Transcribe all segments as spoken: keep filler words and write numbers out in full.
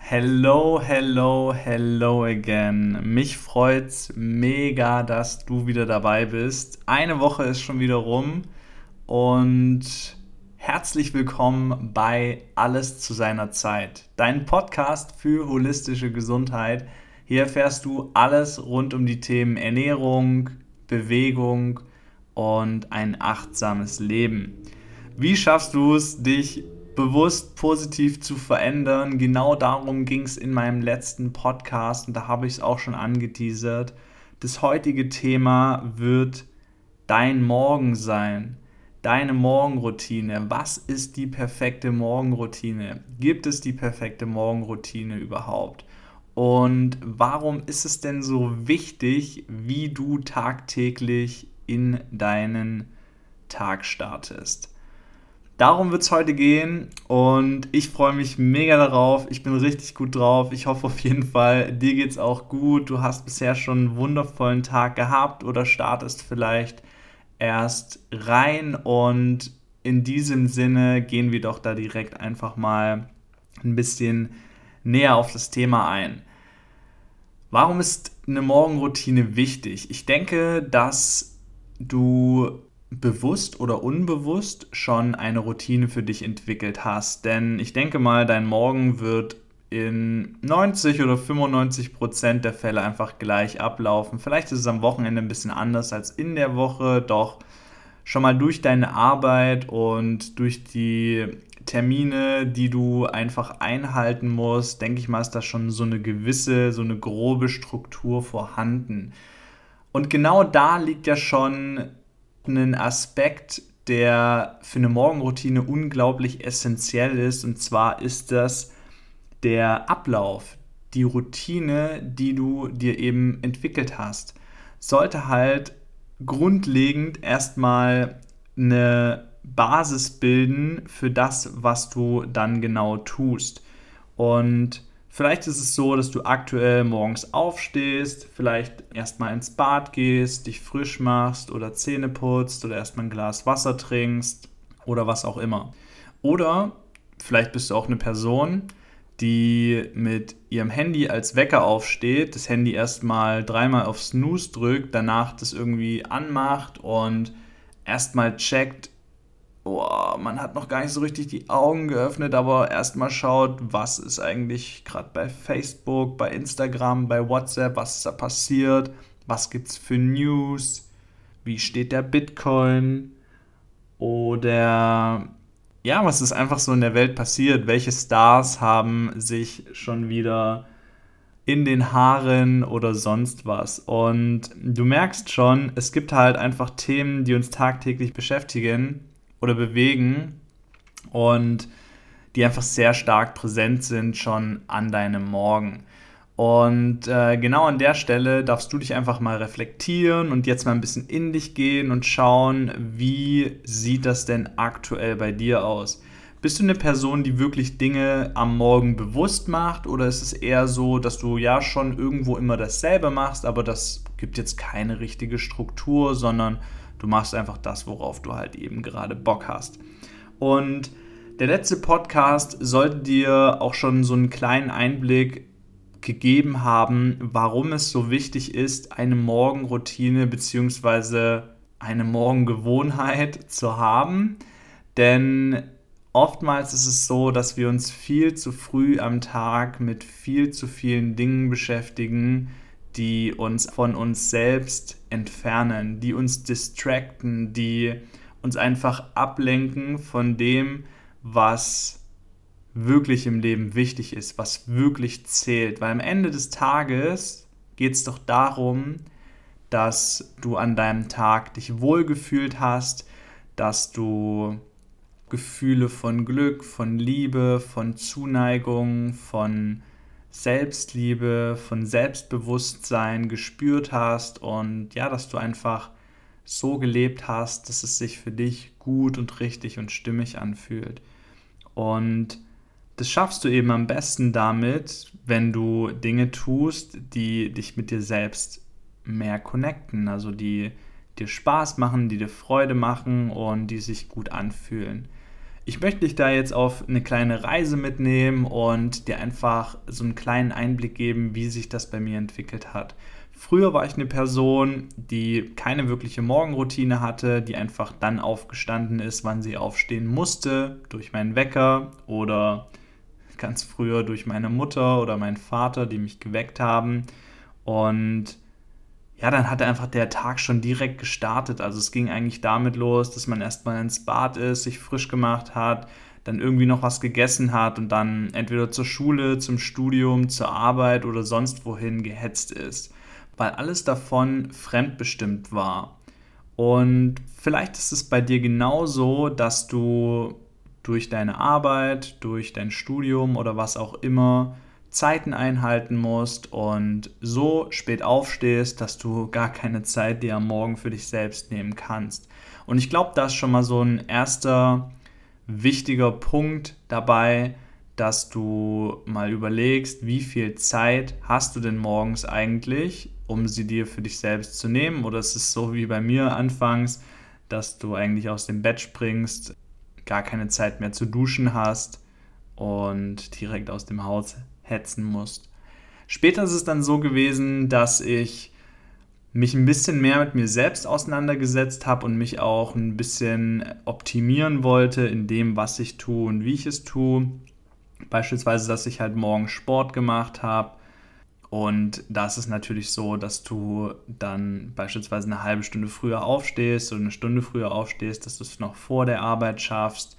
Hello, hello, hello again. Mich freut's mega, dass du wieder dabei bist. Eine Woche ist schon wieder rum und herzlich willkommen bei Alles zu seiner Zeit, dein Podcast für holistische Gesundheit. Hier erfährst du alles rund um die Themen Ernährung, Bewegung und ein achtsames Leben. Wie schaffst du es, dich bewusst positiv zu verändern? Genau darum ging es in meinem letzten Podcast und da habe ich es auch schon angeteasert. Das heutige Thema wird dein Morgen sein, deine Morgenroutine. Was ist die perfekte Morgenroutine? Gibt es die perfekte Morgenroutine überhaupt? Und warum ist es denn so wichtig, wie du tagtäglich in deinen Tag startest? Darum wird es heute gehen und ich freue mich mega darauf. Ich bin richtig gut drauf. Ich hoffe auf jeden Fall, dir geht es auch gut. Du hast bisher schon einen wundervollen Tag gehabt oder startest vielleicht erst rein. Und in diesem Sinne gehen wir doch da direkt einfach mal ein bisschen näher auf das Thema ein. Warum ist eine Morgenroutine wichtig? Ich denke, dass du bewusst oder unbewusst schon eine Routine für dich entwickelt hast. Denn ich denke mal, dein Morgen wird in neunzig oder fünfundneunzig Prozent der Fälle einfach gleich ablaufen. Vielleicht ist es am Wochenende ein bisschen anders als in der Woche, doch schon mal durch deine Arbeit und durch die Termine, die du einfach einhalten musst, denke ich mal, ist da schon so eine gewisse, so eine grobe Struktur vorhanden. Und genau da liegt ja schon ein Aspekt, der für eine Morgenroutine unglaublich essentiell ist. Und zwar ist das der Ablauf, die Routine, die du dir eben entwickelt hast. Sollte halt grundlegend erstmal eine Basis bilden für das, was du dann genau tust. Und vielleicht ist es so, dass du aktuell morgens aufstehst, vielleicht erstmal ins Bad gehst, dich frisch machst oder Zähne putzt oder erstmal ein Glas Wasser trinkst oder was auch immer. Oder vielleicht bist du auch eine Person, die mit ihrem Handy als Wecker aufsteht, das Handy erstmal dreimal auf Snooze drückt, danach das irgendwie anmacht und erstmal checkt, oh, man hat noch gar nicht so richtig die Augen geöffnet, aber erstmal schaut, was ist eigentlich gerade bei Facebook, bei Instagram, bei WhatsApp, was ist da passiert, was gibt's für News, wie steht der Bitcoin oder ja, was ist einfach so in der Welt passiert, welche Stars haben sich schon wieder in den Haaren oder sonst was. Und du merkst schon, es gibt halt einfach Themen, die uns tagtäglich beschäftigen oder bewegen und die einfach sehr stark präsent sind schon an deinem Morgen. Und äh, genau an der Stelle darfst du dich einfach mal reflektieren und jetzt mal ein bisschen in dich gehen und schauen, wie sieht das denn aktuell bei dir aus? Bist du eine Person, die wirklich Dinge am Morgen bewusst macht, oder ist es eher so, dass du ja schon irgendwo immer dasselbe machst, aber das gibt jetzt keine richtige Struktur, sondern du machst einfach das, worauf du halt eben gerade Bock hast? Und der letzte Podcast sollte dir auch schon so einen kleinen Einblick gegeben haben, warum es so wichtig ist, eine Morgenroutine bzw. eine Morgengewohnheit zu haben. Denn oftmals ist es so, dass wir uns viel zu früh am Tag mit viel zu vielen Dingen beschäftigen, die uns von uns selbst entfernen, die uns distracten, die uns einfach ablenken von dem, was wirklich im Leben wichtig ist, was wirklich zählt. Weil am Ende des Tages geht es doch darum, dass du an deinem Tag dich wohlgefühlt hast, dass du Gefühle von Glück, von Liebe, von Zuneigung, von Selbstliebe, von Selbstbewusstsein gespürt hast und ja, dass du einfach so gelebt hast, dass es sich für dich gut und richtig und stimmig anfühlt. Und das schaffst du eben am besten damit, wenn du Dinge tust, die dich mit dir selbst mehr connecten, also die dir Spaß machen, die dir Freude machen und die sich gut anfühlen. Ich möchte dich da jetzt auf eine kleine Reise mitnehmen und dir einfach so einen kleinen Einblick geben, wie sich das bei mir entwickelt hat. Früher war ich eine Person, die keine wirkliche Morgenroutine hatte, die einfach dann aufgestanden ist, wann sie aufstehen musste, durch meinen Wecker oder ganz früher durch meine Mutter oder meinen Vater, die mich geweckt haben. Und ja, dann hatte einfach der Tag schon direkt gestartet. Also es ging eigentlich damit los, dass man erstmal ins Bad ist, sich frisch gemacht hat, dann irgendwie noch was gegessen hat und dann entweder zur Schule, zum Studium, zur Arbeit oder sonst wohin gehetzt ist. Weil alles davon fremdbestimmt war. Und vielleicht ist es bei dir genauso, dass du durch deine Arbeit, durch dein Studium oder was auch immer Zeiten einhalten musst und so spät aufstehst, dass du gar keine Zeit dir am Morgen für dich selbst nehmen kannst. Und ich glaube, da ist schon mal so ein erster wichtiger Punkt dabei, dass du mal überlegst, wie viel Zeit hast du denn morgens eigentlich, um sie dir für dich selbst zu nehmen? Oder ist es so wie bei mir anfangs, dass du eigentlich aus dem Bett springst, gar keine Zeit mehr zu duschen hast und direkt aus dem Haus hetzen musst. Später ist es dann so gewesen, dass ich mich ein bisschen mehr mit mir selbst auseinandergesetzt habe und mich auch ein bisschen optimieren wollte in dem, was ich tue und wie ich es tue. Beispielsweise, dass ich halt morgens Sport gemacht habe. Und da ist es natürlich so, dass du dann beispielsweise eine halbe Stunde früher aufstehst oder eine Stunde früher aufstehst, dass du es noch vor der Arbeit schaffst,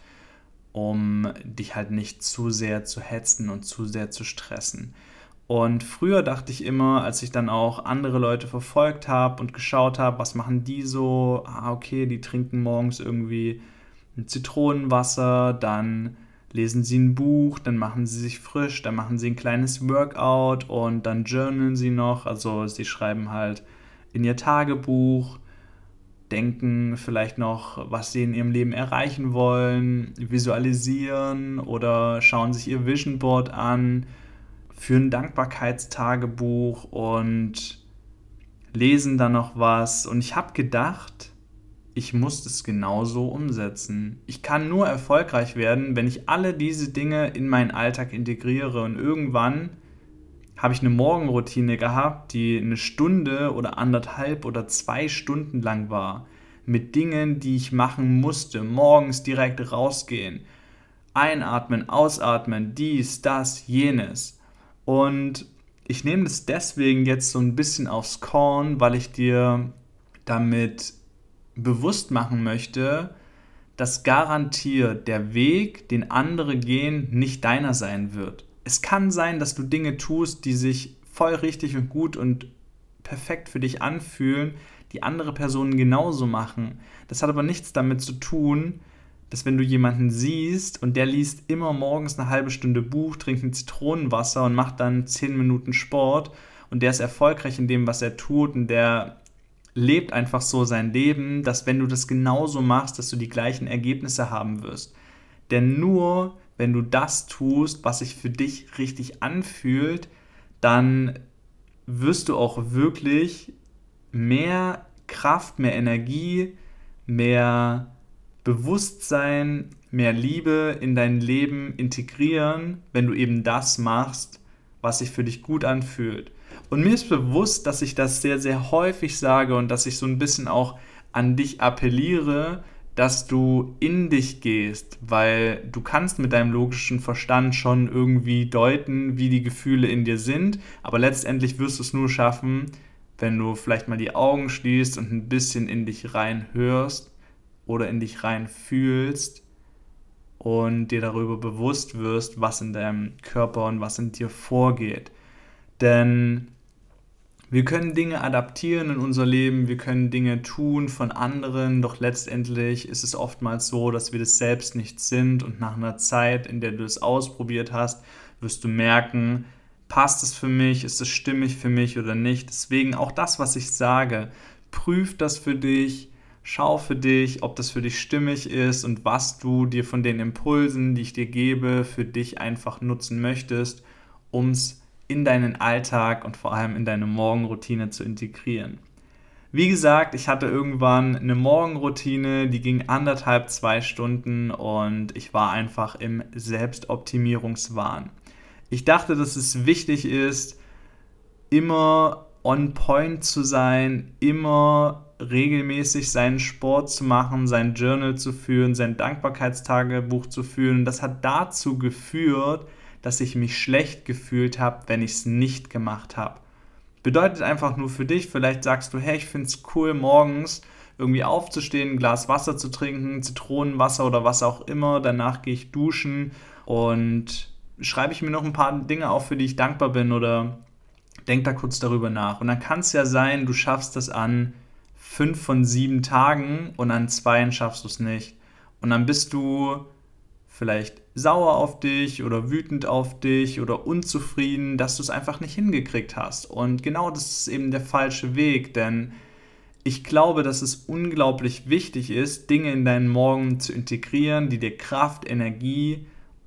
um dich halt nicht zu sehr zu hetzen und zu sehr zu stressen. Und früher dachte ich immer, als ich dann auch andere Leute verfolgt habe und geschaut habe, was machen die so, ah okay, die trinken morgens irgendwie ein Zitronenwasser, dann lesen sie ein Buch, dann machen sie sich frisch, dann machen sie ein kleines Workout und dann journalen sie noch, also sie schreiben halt in ihr Tagebuch, denken vielleicht noch, was sie in ihrem Leben erreichen wollen, visualisieren oder schauen sich ihr Vision Board an, führen ein Dankbarkeitstagebuch und lesen dann noch was. Und ich habe gedacht, ich muss das genauso umsetzen. Ich kann nur erfolgreich werden, wenn ich alle diese Dinge in meinen Alltag integriere. Und irgendwann habe ich eine Morgenroutine gehabt, die eine Stunde oder anderthalb oder zwei Stunden lang war. Mit Dingen, die ich machen musste. Morgens direkt rausgehen. Einatmen, ausatmen, dies, das, jenes. Und ich nehme das deswegen jetzt so ein bisschen aufs Korn, weil ich dir damit bewusst machen möchte, dass garantiert der Weg, den andere gehen, nicht deiner sein wird. Es kann sein, dass du Dinge tust, die sich voll richtig und gut und perfekt für dich anfühlen, die andere Personen genauso machen. Das hat aber nichts damit zu tun, dass wenn du jemanden siehst und der liest immer morgens eine halbe Stunde Buch, trinkt ein Zitronenwasser und macht dann zehn Minuten Sport und der ist erfolgreich in dem, was er tut und der lebt einfach so sein Leben, dass wenn du das genauso machst, dass du die gleichen Ergebnisse haben wirst. Denn nur wenn du das tust, was sich für dich richtig anfühlt, dann wirst du auch wirklich mehr Kraft, mehr Energie, mehr Bewusstsein, mehr Liebe in dein Leben integrieren, wenn du eben das machst, was sich für dich gut anfühlt. Und mir ist bewusst, dass ich das sehr, sehr häufig sage und dass ich so ein bisschen auch an dich appelliere, dass du in dich gehst, weil du kannst mit deinem logischen Verstand schon irgendwie deuten, wie die Gefühle in dir sind, aber letztendlich wirst du es nur schaffen, wenn du vielleicht mal die Augen schließt und ein bisschen in dich rein hörst oder in dich rein fühlst und dir darüber bewusst wirst, was in deinem Körper und was in dir vorgeht. Denn wir können Dinge adaptieren in unser Leben, wir können Dinge tun von anderen, doch letztendlich ist es oftmals so, dass wir das selbst nicht sind und nach einer Zeit, in der du es ausprobiert hast, wirst du merken, passt es für mich, ist es stimmig für mich oder nicht. Deswegen auch das, was ich sage, prüf das für dich, schau für dich, ob das für dich stimmig ist und was du dir von den Impulsen, die ich dir gebe, für dich einfach nutzen möchtest, um es in deinen Alltag und vor allem in deine Morgenroutine zu integrieren. Wie gesagt, ich hatte irgendwann eine Morgenroutine, die ging anderthalb, zwei Stunden und ich war einfach im Selbstoptimierungswahn. Ich dachte, dass es wichtig ist, immer on point zu sein, immer regelmäßig seinen Sport zu machen, sein Journal zu führen, sein Dankbarkeitstagebuch zu führen. Das hat dazu geführt, dass ich mich schlecht gefühlt habe, wenn ich es nicht gemacht habe. Bedeutet einfach nur für dich, vielleicht sagst du, hey, ich finde es cool, morgens irgendwie aufzustehen, ein Glas Wasser zu trinken, Zitronenwasser oder was auch immer, danach gehe ich duschen und schreibe ich mir noch ein paar Dinge auf, für die ich dankbar bin oder denk da kurz darüber nach. Und dann kann es ja sein, du schaffst das an fünf von sieben Tagen und an zweien schaffst du es nicht. Und dann bist du vielleicht sauer auf dich oder wütend auf dich oder unzufrieden, dass du es einfach nicht hingekriegt hast. Und genau das ist eben der falsche Weg, denn ich glaube, dass es unglaublich wichtig ist, Dinge in deinen Morgen zu integrieren, die dir Kraft, Energie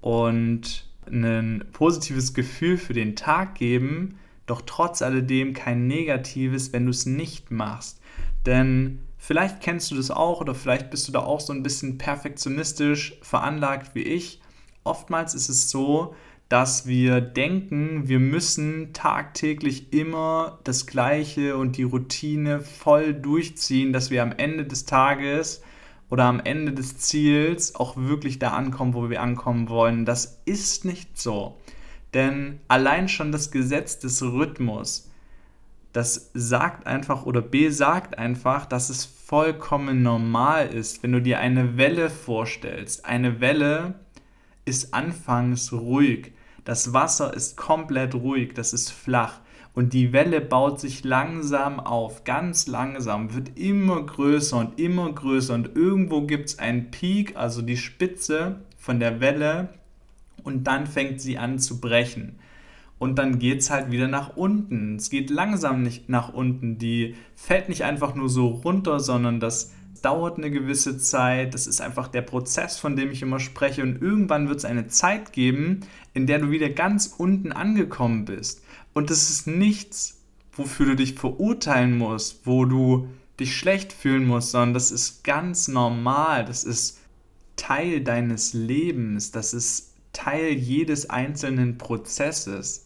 und ein positives Gefühl für den Tag geben, doch trotz alledem kein negatives, wenn du es nicht machst. Denn vielleicht kennst du das auch oder vielleicht bist du da auch so ein bisschen perfektionistisch veranlagt wie ich. Oftmals ist es so, dass wir denken, wir müssen tagtäglich immer das Gleiche und die Routine voll durchziehen, dass wir am Ende des Tages oder am Ende des Ziels auch wirklich da ankommen, wo wir ankommen wollen. Das ist nicht so. Denn allein schon das Gesetz des Rhythmus, das sagt einfach oder besagt einfach, dass es vollkommen normal ist, wenn du dir eine Welle vorstellst. Eine Welle ist anfangs ruhig. Das Wasser ist komplett ruhig, das ist flach. Und die Welle baut sich langsam auf, ganz langsam, wird immer größer und immer größer. Und irgendwo gibt es einen Peak, also die Spitze von der Welle. Und dann fängt sie an zu brechen. Und dann geht es halt wieder nach unten. Es geht langsam nicht nach unten. Die fällt nicht einfach nur so runter, sondern das dauert eine gewisse Zeit. Das ist einfach der Prozess, von dem ich immer spreche. Und irgendwann wird es eine Zeit geben, in der du wieder ganz unten angekommen bist. Und das ist nichts, wofür du dich verurteilen musst, wo du dich schlecht fühlen musst, sondern das ist ganz normal. Das ist Teil deines Lebens. Das ist Teil jedes einzelnen Prozesses.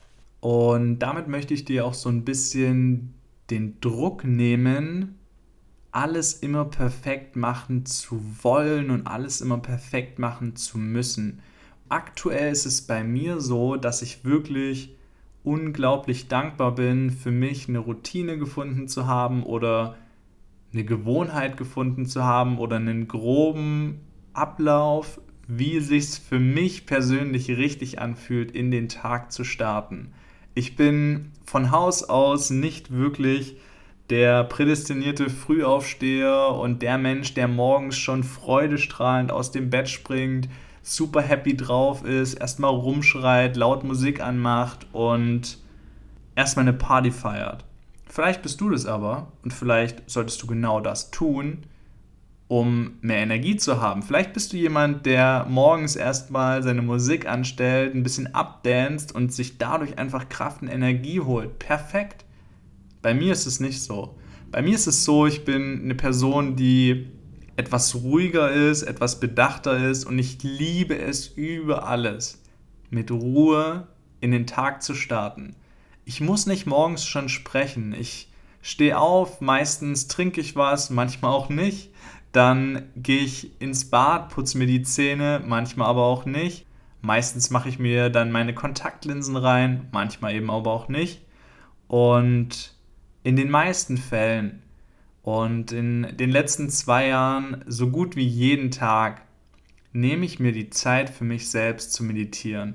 Und damit möchte ich dir auch so ein bisschen den Druck nehmen, alles immer perfekt machen zu wollen und alles immer perfekt machen zu müssen. Aktuell ist es bei mir so, dass ich wirklich unglaublich dankbar bin, für mich eine Routine gefunden zu haben oder eine Gewohnheit gefunden zu haben oder einen groben Ablauf, wie es sich für mich persönlich richtig anfühlt, in den Tag zu starten. Ich bin von Haus aus nicht wirklich der prädestinierte Frühaufsteher und der Mensch, der morgens schon freudestrahlend aus dem Bett springt, super happy drauf ist, erstmal rumschreit, laut Musik anmacht und erstmal eine Party feiert. Vielleicht bist du das aber und vielleicht solltest du genau das tun, um mehr Energie zu haben. Vielleicht bist du jemand, der morgens erstmal seine Musik anstellt, ein bisschen abdanzt und sich dadurch einfach Kraft und Energie holt. Perfekt. Bei mir ist es nicht so. Bei mir ist es so, ich bin eine Person, die etwas ruhiger ist, etwas bedachter ist und ich liebe es über alles, mit Ruhe in den Tag zu starten. Ich muss nicht morgens schon sprechen. Ich stehe auf, meistens trinke ich was, manchmal auch nicht. Dann gehe ich ins Bad, putze mir die Zähne, manchmal aber auch nicht. Meistens mache ich mir dann meine Kontaktlinsen rein, manchmal eben aber auch nicht. Und in den meisten Fällen und in den letzten zwei Jahren so gut wie jeden Tag nehme ich mir die Zeit für mich selbst zu meditieren.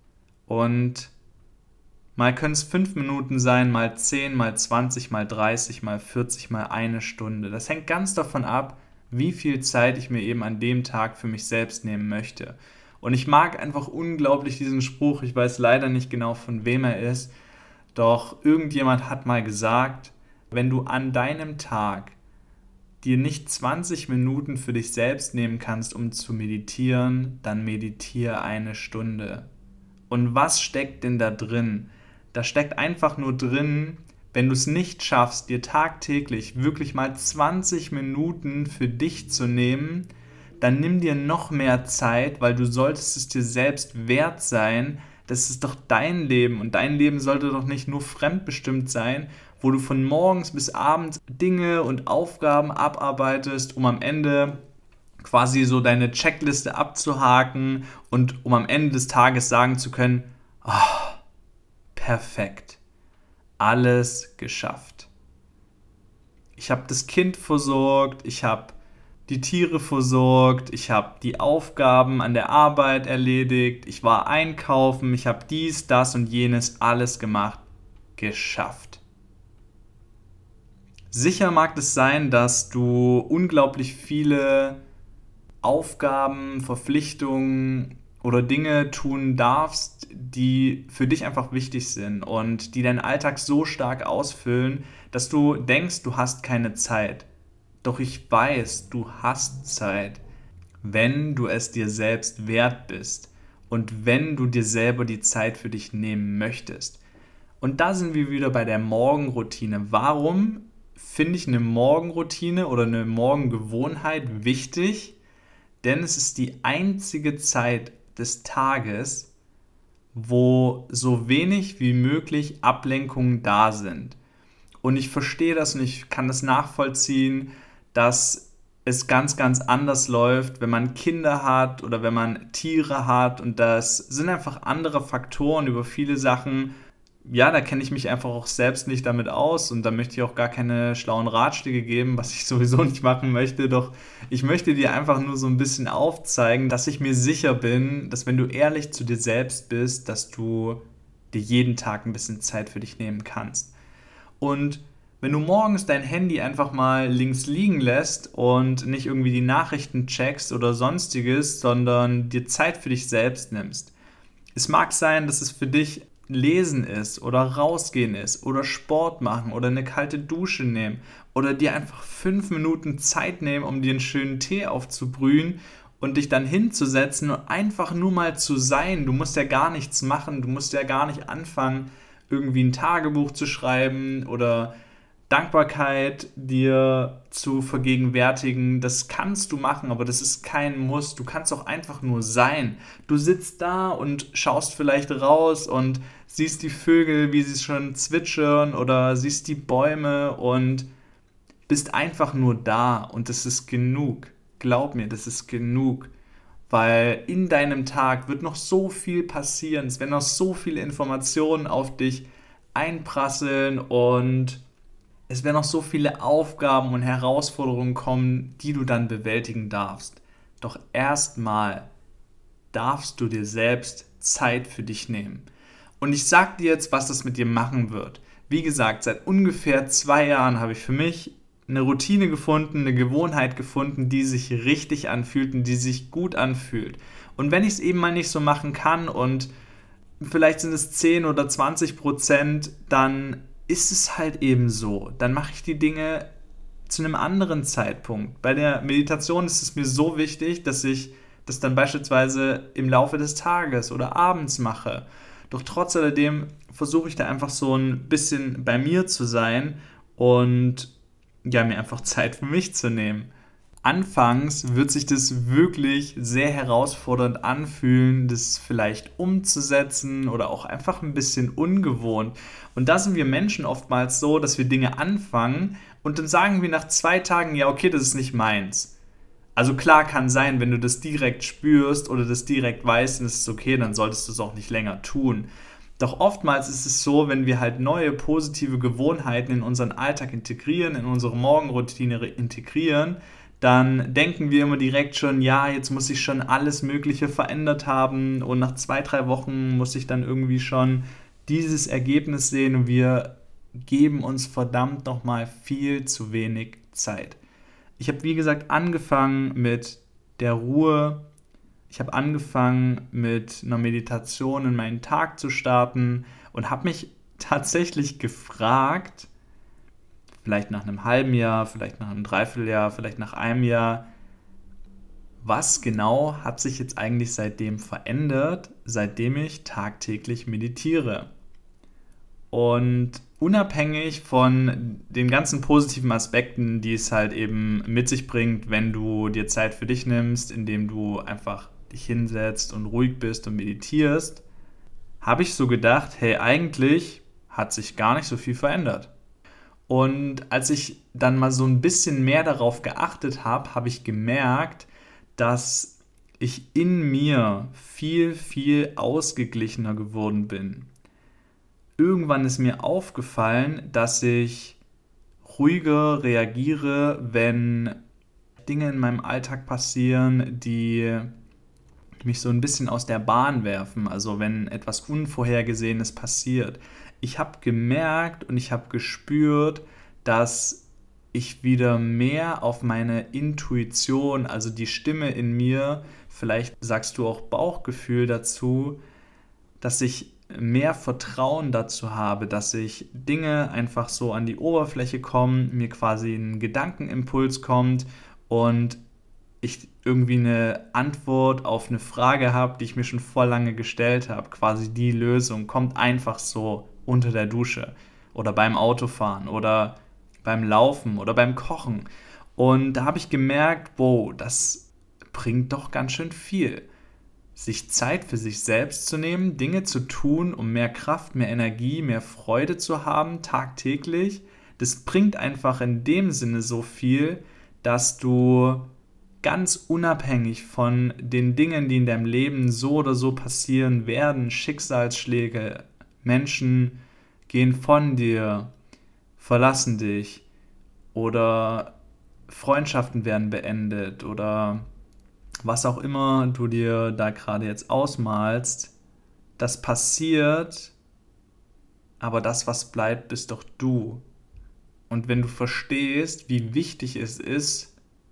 Und mal können es fünf Minuten sein, mal zehn, mal zwanzig, mal dreißig, mal vierzig, mal eine Stunde. Das hängt ganz davon ab, wie viel Zeit ich mir eben an dem Tag für mich selbst nehmen möchte. Und ich mag einfach unglaublich diesen Spruch, ich weiß leider nicht genau, von wem er ist, doch irgendjemand hat mal gesagt, wenn du an deinem Tag dir nicht zwanzig Minuten für dich selbst nehmen kannst, um zu meditieren, dann meditiere eine Stunde. Und was steckt denn da drin? Da steckt einfach nur drin, wenn du es nicht schaffst, dir tagtäglich wirklich mal zwanzig Minuten für dich zu nehmen, dann nimm dir noch mehr Zeit, weil du solltest es dir selbst wert sein. Das ist doch dein Leben und dein Leben sollte doch nicht nur fremdbestimmt sein, wo du von morgens bis abends Dinge und Aufgaben abarbeitest, um am Ende quasi so deine Checkliste abzuhaken und um am Ende des Tages sagen zu können, oh, perfekt, alles geschafft. Ich habe das Kind versorgt, ich habe die Tiere versorgt, ich habe die Aufgaben an der Arbeit erledigt, ich war einkaufen, ich habe dies, das und jenes alles gemacht, geschafft. Sicher mag es sein, dass du unglaublich viele Aufgaben, Verpflichtungen oder Dinge tun darfst, die für dich einfach wichtig sind und die deinen Alltag so stark ausfüllen, dass du denkst, du hast keine Zeit. Doch ich weiß, du hast Zeit, wenn du es dir selbst wert bist und wenn du dir selber die Zeit für dich nehmen möchtest. Und da sind wir wieder bei der Morgenroutine. Warum finde ich eine Morgenroutine oder eine Morgengewohnheit wichtig? Denn es ist die einzige Zeit des Tages, wo so wenig wie möglich Ablenkungen da sind. Und ich verstehe das und ich kann das nachvollziehen, dass es ganz, ganz anders läuft, wenn man Kinder hat oder wenn man Tiere hat. Und das sind einfach andere Faktoren über viele Sachen. Ja, da kenne ich mich einfach auch selbst nicht damit aus und da möchte ich auch gar keine schlauen Ratschläge geben, was ich sowieso nicht machen möchte. Doch ich möchte dir einfach nur so ein bisschen aufzeigen, dass ich mir sicher bin, dass wenn du ehrlich zu dir selbst bist, dass du dir jeden Tag ein bisschen Zeit für dich nehmen kannst. Und wenn du morgens dein Handy einfach mal links liegen lässt und nicht irgendwie die Nachrichten checkst oder sonstiges, sondern dir Zeit für dich selbst nimmst. Es mag sein, dass es für dich Lesen ist oder rausgehen ist oder Sport machen oder eine kalte Dusche nehmen oder dir einfach fünf Minuten Zeit nehmen, um dir einen schönen Tee aufzubrühen und dich dann hinzusetzen und einfach nur mal zu sein. Du musst ja gar nichts machen, du musst ja gar nicht anfangen, irgendwie ein Tagebuch zu schreiben oder Dankbarkeit dir zu vergegenwärtigen. Das kannst du machen, aber das ist kein Muss. Du kannst auch einfach nur sein. Du sitzt da und schaust vielleicht raus und siehst die Vögel, wie sie schon zwitschern oder siehst die Bäume und bist einfach nur da und das ist genug. Glaub mir, das ist genug. Weil in deinem Tag wird noch so viel passieren. Es werden noch so viele Informationen auf dich einprasseln und es werden noch so viele Aufgaben und Herausforderungen kommen, die du dann bewältigen darfst. Doch erstmal darfst du dir selbst Zeit für dich nehmen. Und ich sag dir jetzt, was das mit dir machen wird. Wie gesagt, seit ungefähr zwei Jahren habe ich für mich eine Routine gefunden, eine Gewohnheit gefunden, die sich richtig anfühlt und die sich gut anfühlt. Und wenn ich es eben mal nicht so machen kann und vielleicht sind es zehn oder zwanzig Prozent, dann ist es halt eben so. Dann mache ich die Dinge zu einem anderen Zeitpunkt. Bei der Meditation ist es mir so wichtig, dass ich das dann beispielsweise im Laufe des Tages oder abends mache. Doch trotz alledem versuche ich da einfach so ein bisschen bei mir zu sein und ja, mir einfach Zeit für mich zu nehmen. Anfangs wird sich das wirklich sehr herausfordernd anfühlen, das vielleicht umzusetzen oder auch einfach ein bisschen ungewohnt. Und da sind wir Menschen oftmals so, dass wir Dinge anfangen und dann sagen wir nach zwei Tagen, ja okay, das ist nicht meins. Also klar kann sein, wenn du das direkt spürst oder das direkt weißt, dann ist es okay, dann solltest du es auch nicht länger tun. Doch oftmals ist es so, wenn wir halt neue positive Gewohnheiten in unseren Alltag integrieren, in unsere Morgenroutine integrieren, dann denken wir immer direkt schon, ja, jetzt muss ich schon alles Mögliche verändert haben und nach zwei, drei Wochen muss ich dann irgendwie schon dieses Ergebnis sehen und wir geben uns verdammt nochmal viel zu wenig Zeit. Ich habe, wie gesagt, angefangen mit der Ruhe. Ich habe angefangen mit einer Meditation in meinen Tag zu starten und habe mich tatsächlich gefragt, vielleicht nach einem halben Jahr, vielleicht nach einem Dreivierteljahr, vielleicht nach einem Jahr, was genau hat sich jetzt eigentlich seitdem verändert, seitdem ich tagtäglich meditiere? Und unabhängig von den ganzen positiven Aspekten, die es halt eben mit sich bringt, wenn du dir Zeit für dich nimmst, indem du einfach dich hinsetzt und ruhig bist und meditierst, habe ich so gedacht, hey, eigentlich hat sich gar nicht so viel verändert. Und als ich dann mal so ein bisschen mehr darauf geachtet habe, habe ich gemerkt, dass ich in mir viel, viel ausgeglichener geworden bin. Irgendwann ist mir aufgefallen, dass ich ruhiger reagiere, wenn Dinge in meinem Alltag passieren, die mich so ein bisschen aus der Bahn werfen, also wenn etwas Unvorhergesehenes passiert. Ich habe gemerkt und ich habe gespürt, dass ich wieder mehr auf meine Intuition, also die Stimme in mir, vielleicht sagst du auch Bauchgefühl dazu, dass ich mehr Vertrauen dazu habe, dass ich Dinge einfach so an die Oberfläche kommen, mir quasi ein Gedankenimpuls kommt und ich irgendwie eine Antwort auf eine Frage habe, die ich mir schon vor lange gestellt habe. Quasi die Lösung kommt einfach so unter der Dusche oder beim Autofahren oder beim Laufen oder beim Kochen. Und da habe ich gemerkt, wow, das bringt doch ganz schön viel. Sich Zeit für sich selbst zu nehmen, Dinge zu tun, um mehr Kraft, mehr Energie, mehr Freude zu haben, tagtäglich, das bringt einfach in dem Sinne so viel, dass du ganz unabhängig von den Dingen, die in deinem Leben so oder so passieren werden, Schicksalsschläge, Menschen gehen von dir, verlassen dich oder Freundschaften werden beendet oder was auch immer du dir da gerade jetzt ausmalst, das passiert, aber das, was bleibt, bist doch du. Und wenn du verstehst, wie wichtig es ist,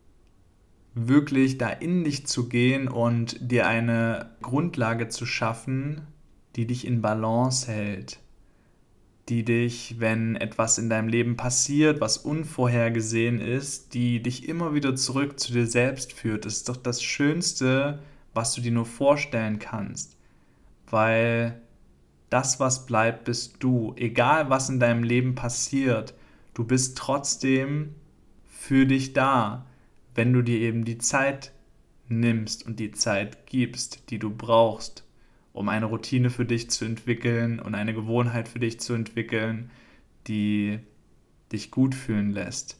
wirklich da in dich zu gehen und dir eine Grundlage zu schaffen, die dich in Balance hält, die dich, wenn etwas in deinem Leben passiert, was unvorhergesehen ist, die dich immer wieder zurück zu dir selbst führt. Das ist doch das Schönste, was du dir nur vorstellen kannst, weil das, was bleibt, bist du. Egal, was in deinem Leben passiert, du bist trotzdem für dich da, wenn du dir eben die Zeit nimmst und die Zeit gibst, die du brauchst, um eine Routine für dich zu entwickeln und eine Gewohnheit für dich zu entwickeln, die dich gut fühlen lässt.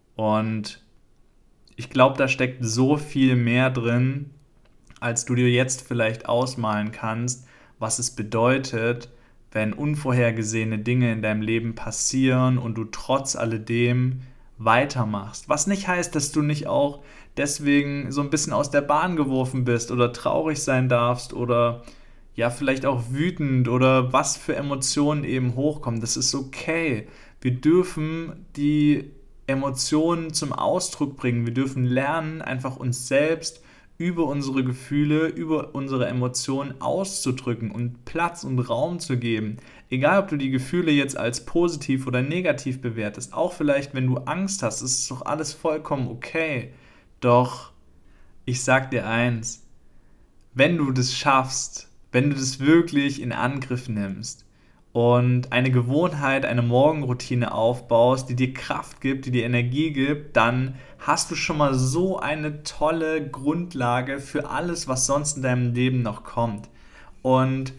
Und ich glaube, da steckt so viel mehr drin, als du dir jetzt vielleicht ausmalen kannst, was es bedeutet, wenn unvorhergesehene Dinge in deinem Leben passieren und du trotz alledem weitermachst. Was nicht heißt, dass du nicht auch deswegen so ein bisschen aus der Bahn geworfen bist oder traurig sein darfst oder ja, vielleicht auch wütend oder was für Emotionen eben hochkommen. Das ist okay. Wir dürfen die Emotionen zum Ausdruck bringen. Wir dürfen lernen, einfach uns selbst über unsere Gefühle, über unsere Emotionen auszudrücken und Platz und Raum zu geben. Egal, ob du die Gefühle jetzt als positiv oder negativ bewertest, auch vielleicht, wenn du Angst hast, ist es doch alles vollkommen okay. Doch ich sag dir eins, wenn du das schaffst, wenn du das wirklich in Angriff nimmst und eine Gewohnheit, eine Morgenroutine aufbaust, die dir Kraft gibt, die dir Energie gibt, dann hast du schon mal so eine tolle Grundlage für alles, was sonst in deinem Leben noch kommt. Und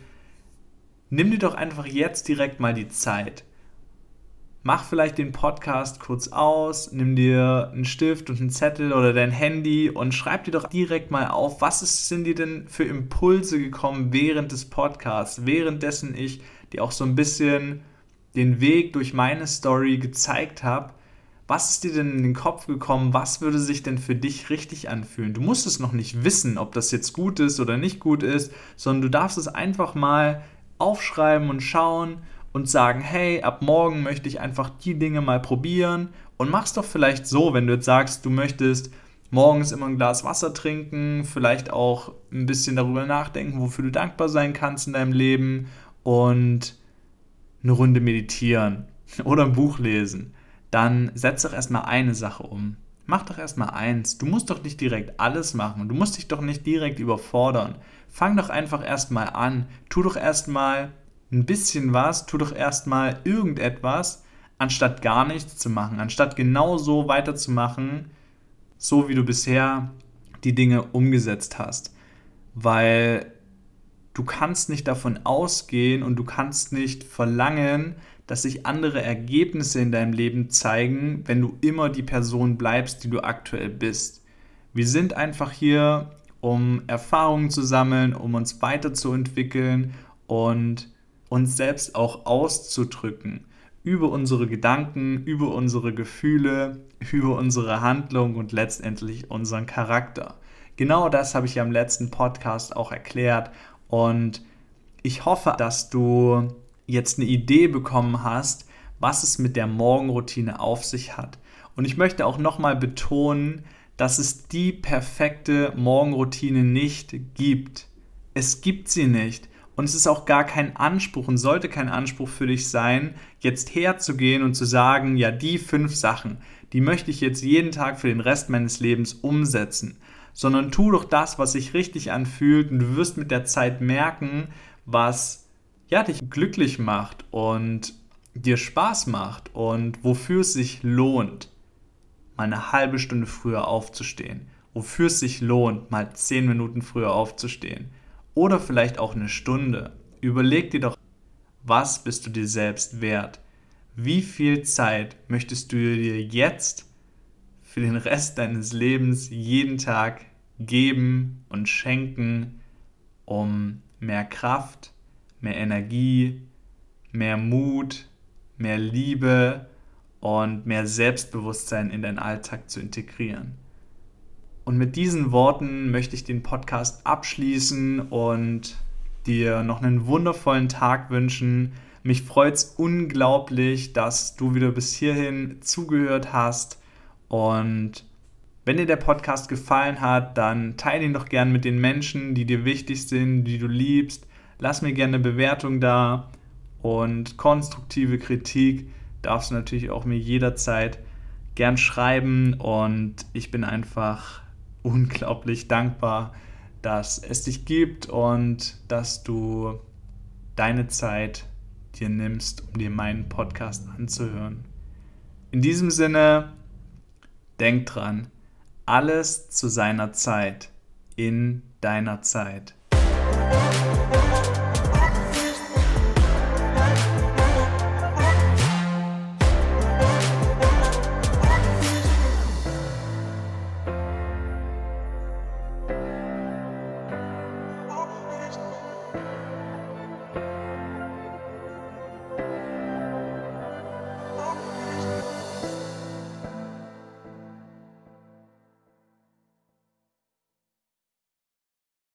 nimm dir doch einfach jetzt direkt mal die Zeit. Mach vielleicht den Podcast kurz aus, nimm dir einen Stift und einen Zettel oder dein Handy und schreib dir doch direkt mal auf, was ist, sind dir denn für Impulse gekommen während des Podcasts, währenddessen ich dir auch so ein bisschen den Weg durch meine Story gezeigt habe. Was ist dir denn in den Kopf gekommen? Was würde sich denn für dich richtig anfühlen? Du musst es noch nicht wissen, ob das jetzt gut ist oder nicht gut ist, sondern du darfst es einfach mal aufschreiben und schauen und sagen, hey, ab morgen möchte ich einfach die Dinge mal probieren und mach's doch vielleicht so, wenn du jetzt sagst, du möchtest morgens immer ein Glas Wasser trinken, vielleicht auch ein bisschen darüber nachdenken, wofür du dankbar sein kannst in deinem Leben und eine Runde meditieren oder ein Buch lesen, dann setz doch erstmal eine Sache um. Mach doch erstmal eins. Du musst doch nicht direkt alles machen. Du musst dich doch nicht direkt überfordern. Fang doch einfach erstmal an. Tu doch erstmal ein bisschen was, tu doch erstmal irgendetwas, anstatt gar nichts zu machen, anstatt genau so weiterzumachen, so wie du bisher die Dinge umgesetzt hast. Weil du kannst nicht davon ausgehen und du kannst nicht verlangen, dass sich andere Ergebnisse in deinem Leben zeigen, wenn du immer die Person bleibst, die du aktuell bist. Wir sind einfach hier, um Erfahrungen zu sammeln, um uns weiterzuentwickeln und uns selbst auch auszudrücken. Über unsere Gedanken, über unsere Gefühle, über unsere Handlung und letztendlich unseren Charakter. Genau das habe ich ja im letzten Podcast auch erklärt und ich hoffe, dass du jetzt eine Idee bekommen hast, was es mit der Morgenroutine auf sich hat. Und ich möchte auch nochmal betonen, dass es die perfekte Morgenroutine nicht gibt. Es gibt sie nicht. Und es ist auch gar kein Anspruch und sollte kein Anspruch für dich sein, jetzt herzugehen und zu sagen, ja, die fünf Sachen, die möchte ich jetzt jeden Tag für den Rest meines Lebens umsetzen. Sondern tu doch das, was sich richtig anfühlt und du wirst mit der Zeit merken, was ja, dich glücklich macht und dir Spaß macht und wofür es sich lohnt, mal eine halbe Stunde früher aufzustehen, wofür es sich lohnt, mal zehn Minuten früher aufzustehen oder vielleicht auch eine Stunde. Überleg dir doch, was bist du dir selbst wert? Wie viel Zeit möchtest du dir jetzt für den Rest deines Lebens jeden Tag geben und schenken, um mehr Kraft, mehr Energie, mehr Mut, mehr Liebe und mehr Selbstbewusstsein in deinen Alltag zu integrieren. Und mit diesen Worten möchte ich den Podcast abschließen und dir noch einen wundervollen Tag wünschen. Mich freut es unglaublich, dass du wieder bis hierhin zugehört hast. Und wenn dir der Podcast gefallen hat, dann teile ihn doch gern mit den Menschen, die dir wichtig sind, die du liebst. Lass mir gerne eine Bewertung da und konstruktive Kritik darfst du natürlich auch mir jederzeit gern schreiben und ich bin einfach unglaublich dankbar, dass es dich gibt und dass du deine Zeit dir nimmst, um dir meinen Podcast anzuhören. In diesem Sinne, denk dran, alles zu seiner Zeit, in deiner Zeit.